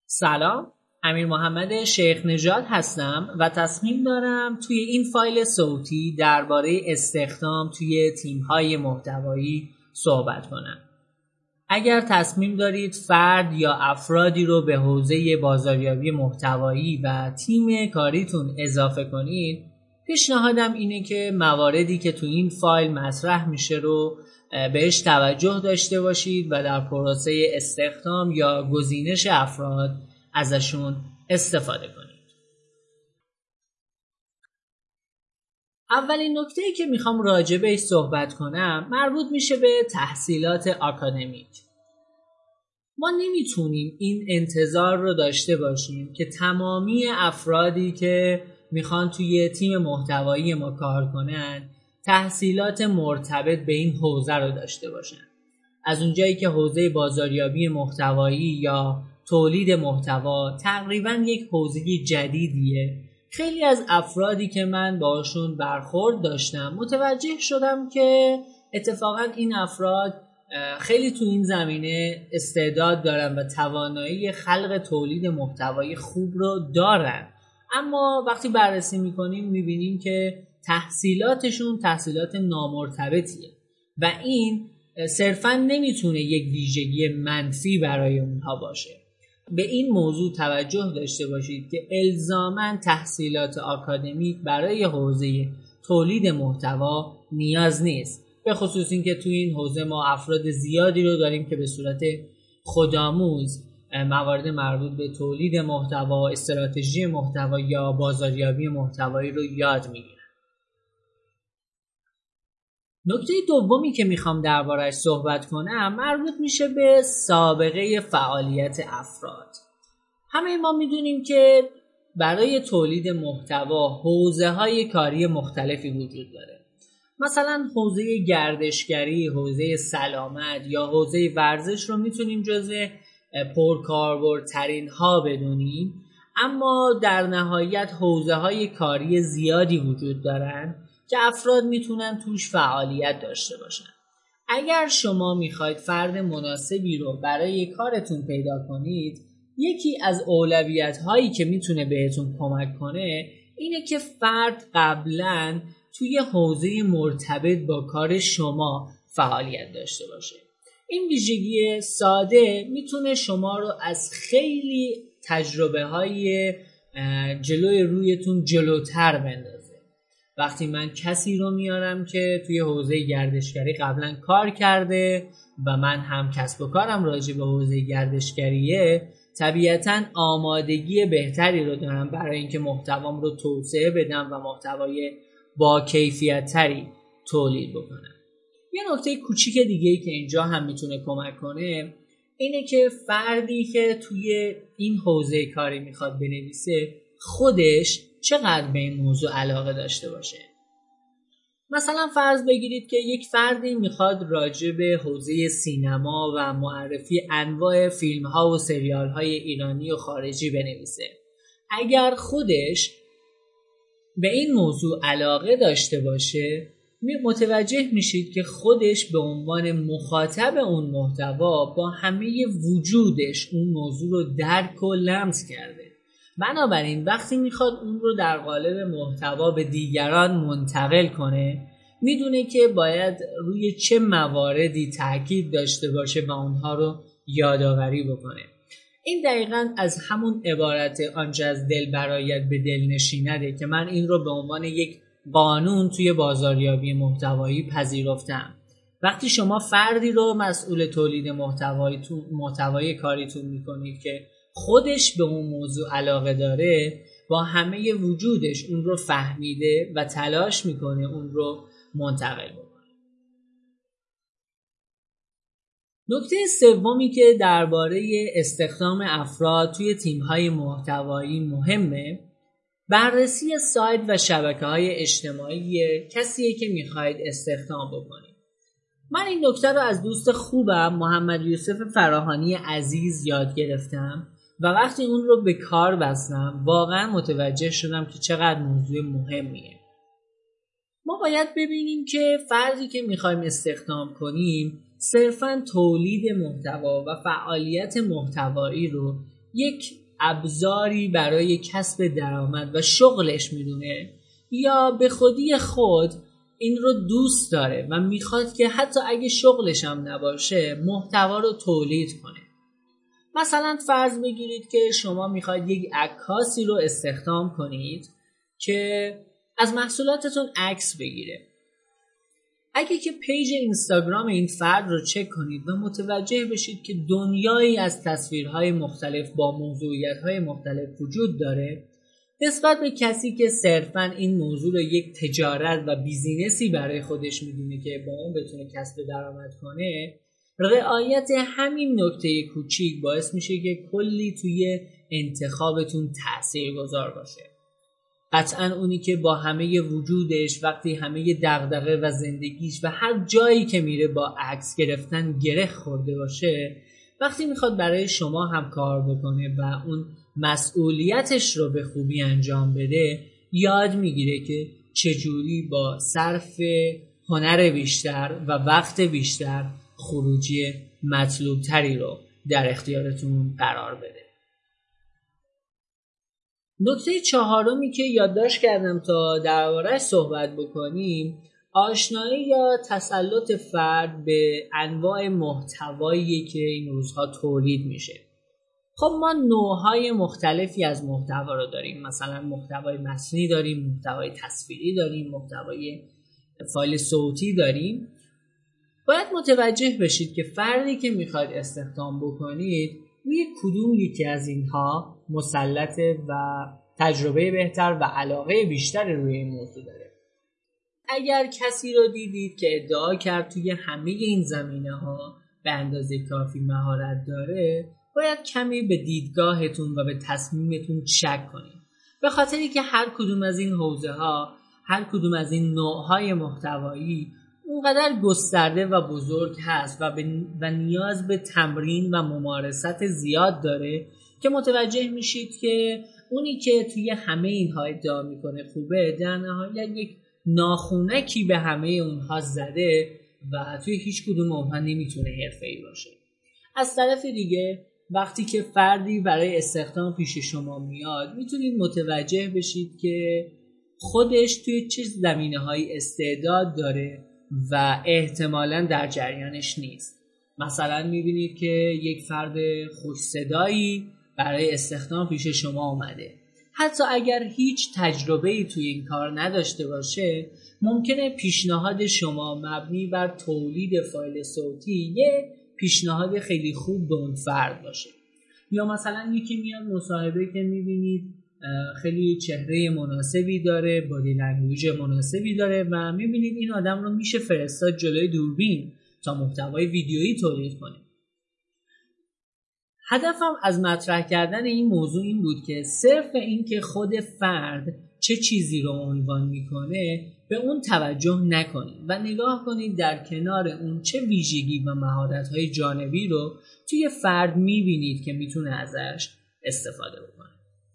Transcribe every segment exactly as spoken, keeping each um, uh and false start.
سلام، امیر محمد شیخ نژاد هستم و تصمیم دارم توی این فایل صوتی درباره استخدام توی تیم‌های محتوایی صحبت کنم. اگر تصمیم دارید فرد یا افرادی رو به حوزه بازاریابی محتوایی و تیم کاریتون اضافه کنید، پیشنهادم اینه که مواردی که تو این فایل مطرح میشه رو بهش توجه داشته باشید و در پروسه استخدام یا گزینش افراد ازشون استفاده کنید. اولین نکته‌ای که میخوام راجع بهش صحبت کنم مربوط میشه به تحصیلات آکادمیک. ما نمیتونیم این انتظار رو داشته باشیم که تمامی افرادی که میخوان توی تیم محتوایی ما کار کنن تحصیلات مرتبط به این حوزه رو داشته باشن. از اونجایی که حوزه بازاریابی محتوایی یا تولید محتوا تقریبا یک حوزه جدیدیه، خیلی از افرادی که من باشون برخورد داشتم متوجه شدم که اتفاقا این افراد خیلی تو این زمینه استعداد دارن و توانایی خلق تولید محتوای خوب رو دارن، اما وقتی بررسی میکنیم میبینیم که تحصیلاتشون تحصیلات نامرتبطیه و این صرفا نمیتونه یک ویژگی منفی برای اونها باشه. به این موضوع توجه داشته باشید که الزاماً تحصیلات آکادمیک برای حوزه تولید محتوا نیاز نیست، به خصوص این که توی این حوزه ما افراد زیادی رو داریم که به صورت خودآموز موارد مربوط به تولید محتوا، استراتژی محتوا یا بازاریابی محتوایی رو یاد میگیرن. نکته دومی که میخوام درباره‌اش صحبت کنم مربوط میشه به سابقه فعالیت افراد. همه ما میدونیم که برای تولید محتوا حوزه‌های کاری مختلفی وجود داره. مثلا حوزه گردشگری، حوزه سلامت یا حوزه ورزش رو میتونیم جزو پرکاربردترین ها بدونیم، اما در نهایت حوزه‌های کاری زیادی وجود دارن که افراد میتونن توش فعالیت داشته باشن. اگر شما میخواید فرد مناسبی رو برای کارتون پیدا کنید، یکی از اولویت هایی که میتونه بهتون کمک کنه اینه که فرد قبلاً توی حوزه مرتبط با کار شما فعالیت داشته باشه. این ویژگی ساده میتونه شما رو از خیلی تجربه های جلوی رویتون جلوتر بندازه. وقتی من کسی رو میارم که توی حوزه گردشگری قبلا کار کرده و من هم کسب و کارم راجع به حوزه گردشگریه، طبیعتاً آمادگی بهتری رو دارم برای اینکه محتوام رو توسعه بدم و محتوای با کیفیت تری تولید بکنم. یه نکته کوچیک دیگه‌ای که اینجا هم میتونه کمک کنه اینه که فردی که توی این حوزه کاری میخواد بنویسه خودش چقدر به این موضوع علاقه داشته باشه. مثلا فرض بگیرید که یک فردی میخواد راجع به حوزه سینما و معرفی انواع فیلم ها و سریال های ایرانی و خارجی بنویسه. اگر خودش به این موضوع علاقه داشته باشه، متوجه میشید که خودش به عنوان مخاطب اون محتوا با همه وجودش اون موضوع رو درک و لمس کرده. بنابراین وقتی میخواد اون رو در قالب محتوا به دیگران منتقل کنه، میدونه که باید روی چه مواردی تاکید داشته باشه و اونها رو یادآوری بکنه. این دقیقاً از همون عبارت آنچه از دل برآید به دل نشینده که من این رو به عنوان یک قانون توی بازاریابی محتوایی پذیرفتم. وقتی شما فردی رو مسئول تولید محتوایی تو محتوای کاریتون میکنید که خودش به اون موضوع علاقه داره، با همه وجودش اون رو فهمیده و تلاش میکنه اون رو منتقل بکنه. نکته سومی که درباره استخدام افراد توی تیم‌های محتوایی مهمه، بررسی سایت و شبکه‌های اجتماعی کسیه که می‌خواید استخدام بکنید. من این نکته رو از دوست خوبم محمد یوسف فراهانی عزیز یاد گرفتم و وقتی اون رو به کار بستم واقعا متوجه شدم که چقدر موضوع مهمیه. ما باید ببینیم که فردی که می‌خوایم استخدام کنیم صرفاً تولید محتوا و فعالیت محتوایی رو یک ابزاری برای کسب درآمد و شغلش میدونه یا به خودی خود این رو دوست داره و میخواد که حتی اگه شغلش هم نباشه محتوا رو تولید کنه. مثلا فرض بگیرید که شما میخواید یک عکاسی رو استخدام کنید که از محصولاتتون عکس بگیره. اگه که پیج اینستاگرام این فرد رو چک کنید و متوجه بشید که دنیایی از تصویرهای مختلف با موضوعیت‌های مختلف وجود داره، نسبت به کسی که صرفاً این موضوع رو یک تجارت و بیزینسی برای خودش میدونه که با اون بتونه کسب درآمد کنه، رعایت همین نکته کوچیک باعث میشه که کلی توی انتخابتون تاثیرگذار باشه. قطعاً اونی که با همه وجودش وقتی همه دغدغه و زندگیش و هر جایی که میره با عکس گرفتن گره خورده باشه، وقتی میخواد برای شما هم کار بکنه و اون مسئولیتش رو به خوبی انجام بده، یاد میگیره که چجوری با صرف هنر بیشتر و وقت بیشتر خروجی مطلوب تری رو در اختیارتون قرار بده. نکته چهارمی که یادداشت کردم تا درباره‌اش صحبت بکنیم، آشنایی یا تسلط فرد به انواع محتوایی که این روزها تولید میشه. خب ما نوع‌های مختلفی از محتوا رو داریم، مثلا محتوای متنی داریم، محتوای تصویری داریم، محتوای فایل صوتی داریم. باید متوجه بشید که فردی که میخواید استخدام بکنید روی کدوم یکی از اینها مسلطه و تجربه بهتر و علاقه بیشتر روی این موضوع داره. اگر کسی رو دیدید که ادعا کرد توی همه این زمینه‌ها به اندازه کافی مهارت داره، باید کمی به دیدگاهتون و به تصمیمتون شک کنید، به خاطری که هر کدوم از این حوزه‌ها، هر کدوم از این نوع‌های محتوایی اونقدر گسترده و بزرگ هست و, و نیاز به تمرین و ممارست زیاد داره که متوجه میشید که اونی که توی همه اینها ادعا میکنه خوبه، در نهایت یک ناخونکی به همه اونها زده و توی هیچ کدوم اونها نمیتونه حرفه‌ای باشه. از طرف دیگه وقتی که فردی برای استخدام پیش شما میاد، میتونید متوجه بشید که خودش توی چه زمینه‌های استعداد داره و احتمالاً در جریانش نیست. مثلا میبینید که یک فرد خوش صدایی برای استخدام پیش شما اومده. حتی اگر هیچ تجربه‌ای توی این کار نداشته باشه، ممکنه پیشنهاد شما مبنی بر تولید فایل صوتی یه پیشنهاد خیلی خوب به اون فرد باشه. یا مثلا یکی میاد مصاحبه که میبینید خیلی چهره مناسبی داره، بادی لنگویج مناسبی داره و میبینید این آدم رو میشه فرستاد جلوی دوربین تا محتوای ویدیویی تولید کنه. هدفم از مطرح کردن این موضوع این بود که صرف این که خود فرد چه چیزی رو عنوان میکنه به اون توجه نکنید و نگاه کنید در کنار اون چه ویژگی و مهارت‌های جانبی رو توی فرد میبینید که میتونه ازش استفاده بکنه.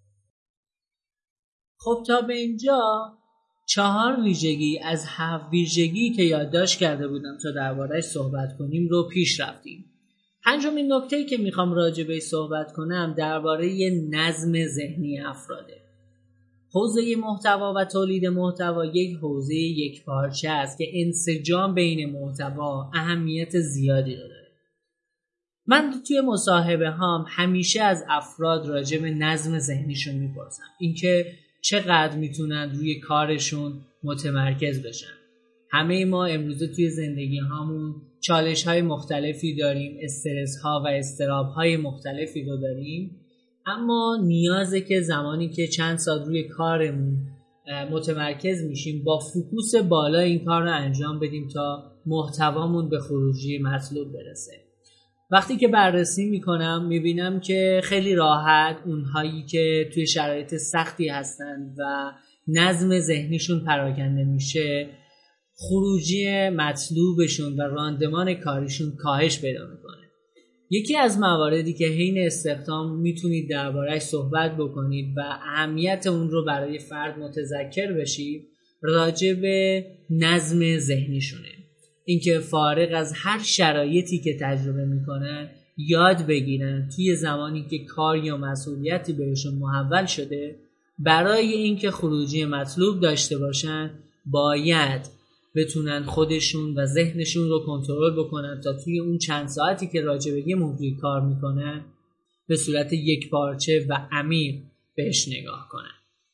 خب تا به اینجا چهار ویژگی از هفت ویژگی که یادداشت کرده بودم تا درباره‌اش صحبت کنیم رو پیش رفتیم. پنجمین نکته‌ای که میخوام راجع بهش صحبت کنم درباره نظم ذهنی افراده. حوزه محتوا و تولید محتوا یک حوزه یکپارچه است که انسجام بین محتوا اهمیت زیادی رو داره. من توی مصاحبه هام همیشه از افراد راجع به نظم ذهنیشون میپرسم، اینکه چقدر میتونن روی کارشون متمرکز بشن. همه ما امروزه توی زندگی هامون چالش های مختلفی داریم، استرس ها و اضطراب های مختلفی رو داریم، اما نیازه که زمانی که چند ساعت روی کارمون متمرکز میشیم با فوکوس بالا این کار رو انجام بدیم تا محتوامون به خروجی مطلوب برسه. وقتی که بررسی میکنم میبینم که خیلی راحت اونهایی که توی شرایط سختی هستن و نظم ذهنیشون پراکنده میشه، خروجی مطلوبشون و راندمان کاریشون کاهش پیدا میکنه. یکی از مواردی که حین استخدام میتونید درباره‌اش صحبت بکنید و اهمیت اون رو برای فرد متذکر بشید، راجع به نظم ذهنیشونه. اینکه فارغ از هر شرایطی که تجربه میکنن یاد بگیرن توی زمانی که کار یا مسئولیتی بهشون محول شده برای اینکه خروجی مطلوب داشته باشن باید بتونن خودشون و ذهنشون رو کنترل بکنن تا توی اون چند ساعتی که راجع به یه موضوعی کار میکنن به صورت یک پارچه و عمیق بهش نگاه کنن.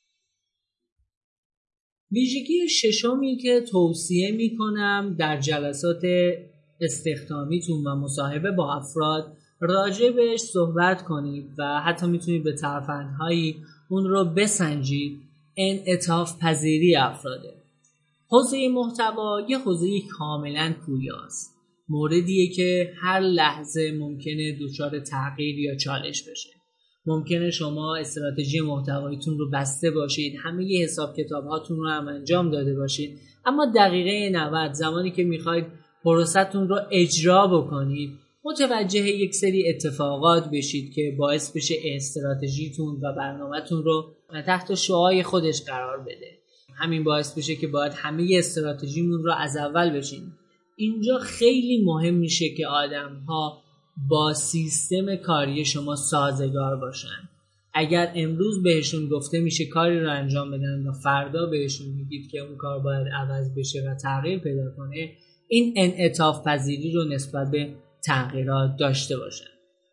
ویژگی ششمی که توصیه میکنم در جلسات استخدامیتون و مصاحبه با افراد راجع بهش صحبت کنید و حتی میتونید به ترفندهایی اون رو بسنجید، انعطاف پذیری افراده. حوزه محتوا یه حوزه کاملا پویاست، موردیه که هر لحظه ممکنه دچار تغییر یا چالش بشه. ممکنه شما استراتژی محتواییتون رو بسته باشید، همه ی حساب کتاب هاتون رو هم انجام داده باشید، اما دقیقه نود زمانی که میخواید پروسه‌تون رو اجرا بکنید متوجه یک سری اتفاقات بشید که باعث بشه استراتژیتون و برنامه‌تون رو تحت شعاع خودش قرار بده. همین باعث بشه که باید همه استراتژیمون رو از اول بچینیم. اینجا خیلی مهم میشه که آدم‌ها با سیستم کاری شما سازگار باشن. اگر امروز بهشون گفته میشه کاری رو انجام بدن و فردا بهشون میگید که اون کار باید عوض بشه و تغییر پیدا کنه، این انعطاف پذیری رو نسبت به تغییرات داشته باشن.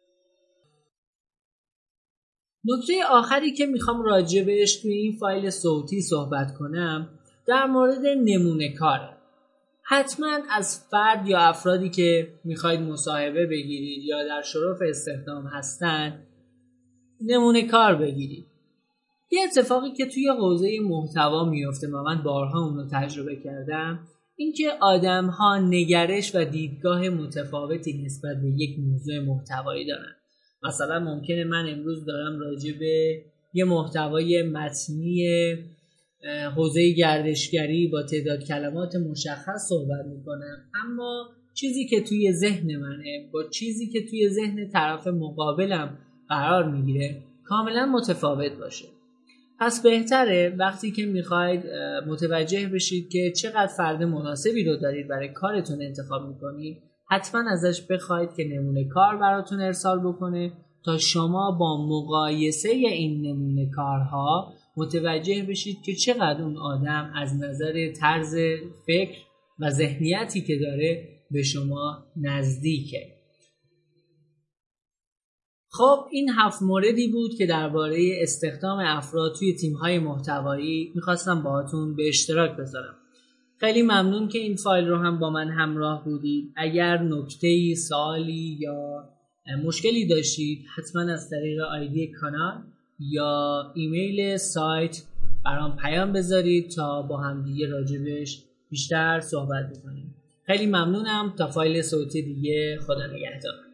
نکته آخری که میخوام راجع بهش توی این فایل صوتی صحبت کنم در مورد نمونه کاره. حتما از فرد یا افرادی که میخواید مصاحبه بگیرید یا در شرف استخدام هستن نمونه کار بگیرید. یه اتفاقی که توی حوزه محتوا میفته و من بارها اون رو تجربه کردم اینکه آدم‌ها نگرش و دیدگاه متفاوتی نسبت به یک موضوع محتوایی دارن. مثلا ممکنه من امروز دارم راجع به یه محتوای متنی حوزه گردشگری با تعداد کلمات مشخص صحبت میکنم، اما چیزی که توی ذهن منه با چیزی که توی ذهن طرف مقابلم قرار میگیره کاملا متفاوت باشه. پس بهتره وقتی که میخواید متوجه بشید که چقدر فرد مناسبی رو دارید برای کارتون انتخاب میکنید، حتما ازش بخواید که نمونه کار براتون ارسال بکنه تا شما با مقایسه این نمونه کارها متوجه بشید که چقدر اون آدم از نظر طرز فکر و ذهنیتی که داره به شما نزدیکه. خب این هفت موردی بود که درباره استخدام افراد توی تیم‌های محتوایی میخواستم باهاتون به اشتراک بذارم. خیلی ممنون که این فایل رو هم با من همراه بودید. اگر نکته‌ای، سوالی یا مشکلی داشتید حتما از طریق آیدی کانال یا ایمیل سایت برام پیام بذارید تا با هم دیگه راجبش بیشتر صحبت بکنیم. خیلی ممنونم. تا فایل صوتی دیگه، خدا نگهدار.